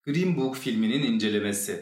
Green Book filminin incelemesi.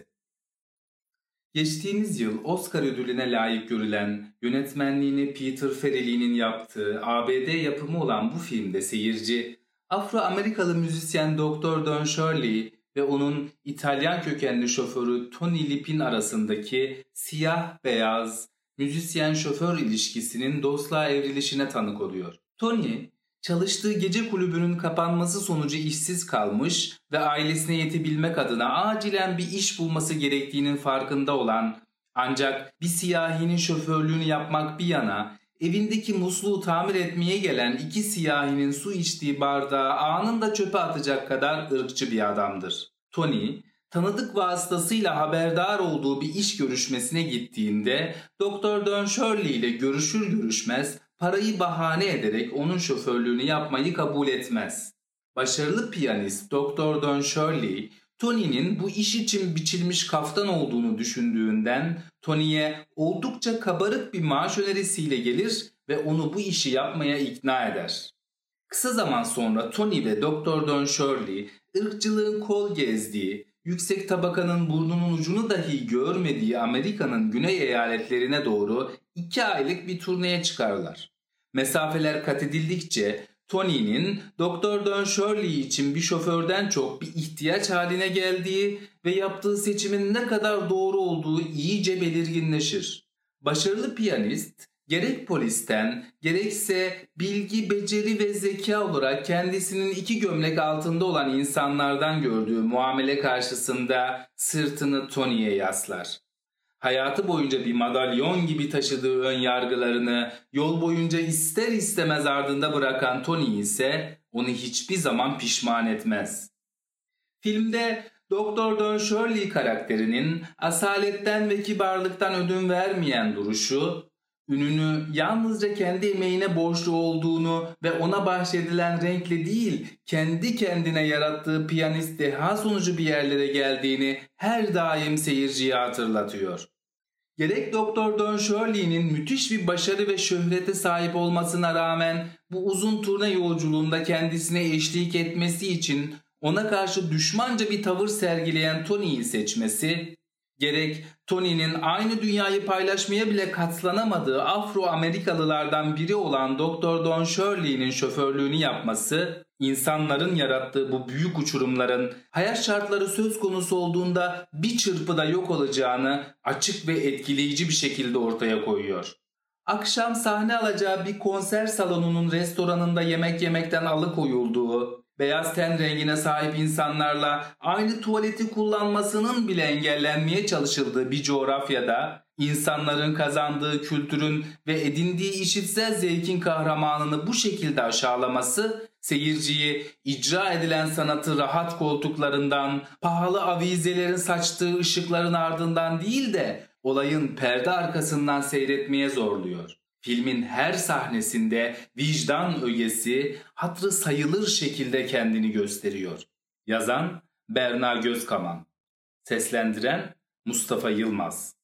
Geçtiğimiz yıl Oscar ödülüne layık görülen, yönetmenliğini Peter Farrelly'nin yaptığı ABD yapımı olan bu filmde seyirci, Afro-Amerikalı müzisyen Dr. Don Shirley ve onun İtalyan kökenli şoförü Tony Lip'in arasındaki siyah-beyaz müzisyen-şoför ilişkisinin dostluğa evrilişine tanık oluyor. Tony, çalıştığı gece kulübünün kapanması sonucu işsiz kalmış ve ailesine yetebilmek adına acilen bir iş bulması gerektiğinin farkında olan, ancak bir siyahinin şoförlüğünü yapmak bir yana, evindeki musluğu tamir etmeye gelen iki siyahinin su içtiği bardağı anında çöpe atacak kadar ırkçı bir adamdır. Tony, tanıdık vasıtasıyla haberdar olduğu bir iş görüşmesine gittiğinde Dr. Don Shirley ile görüşür görüşmez parayı bahane ederek onun şoförlüğünü yapmayı kabul etmez. Başarılı piyanist Dr. Don Shirley, Tony'nin bu iş için biçilmiş kaftan olduğunu düşündüğünden Tony'ye oldukça kabarık bir maaş önerisiyle gelir ve onu bu işi yapmaya ikna eder. Kısa zaman sonra Tony ve Dr. Don Shirley, ırkçılığın kol gezdiği, yüksek tabakanın burnunun ucunu dahi görmediği Amerika'nın güney eyaletlerine doğru 2 aylık bir turneye çıkarlar. Mesafeler kat edildikçe Tony'nin Dr. Don Shirley için bir şoförden çok bir ihtiyaç haline geldiği ve yaptığı seçimin ne kadar doğru olduğu iyice belirginleşir. Başarılı piyanist, gerek polisten gerekse bilgi, beceri ve zeka olarak kendisinin 2 gömlek altında olan insanlardan gördüğü muamele karşısında sırtını Tony'ye yaslar. Hayatı boyunca bir madalyon gibi taşıdığı ön yargılarını yol boyunca ister istemez ardında bırakan Tony ise onu hiçbir zaman pişman etmez. Filmde Dr. Don Shirley karakterinin asaletten ve kibarlıktan ödün vermeyen duruşu, ününü yalnızca kendi emeğine borçlu olduğunu ve ona bahşedilen renkle değil, kendi kendine yarattığı piyanist deha sonucu bir yerlere geldiğini her daim seyirciye hatırlatıyor. Gerek Dr. Don Shirley'nin müthiş bir başarı ve şöhrete sahip olmasına rağmen bu uzun turne yolculuğunda kendisine eşlik etmesi için ona karşı düşmanca bir tavır sergileyen Tony'yi seçmesi, gerek Tony'nin aynı dünyayı paylaşmaya bile katlanamadığı Afro-Amerikalılardan biri olan Dr. Don Shirley'nin şoförlüğünü yapması, insanların yarattığı bu büyük uçurumların hayat şartları söz konusu olduğunda bir çırpıda yok olacağını açık ve etkileyici bir şekilde ortaya koyuyor. Akşam sahne alacağı bir konser salonunun restoranında yemek yemekten alıkoyulduğu, beyaz ten rengine sahip insanlarla aynı tuvaleti kullanmasının bile engellenmeye çalışıldığı bir coğrafyada insanların kazandığı kültürün ve edindiği işitsel zevkin kahramanını bu şekilde aşağılaması, seyirciyi icra edilen sanatı rahat koltuklarından, pahalı avizelerin saçtığı ışıkların ardından değil de olayın perde arkasından seyretmeye zorluyor. Filmin her sahnesinde vicdan ögesi hatırı sayılır şekilde kendini gösteriyor. Yazan Berna Gözkaman, seslendiren Mustafa Yılmaz.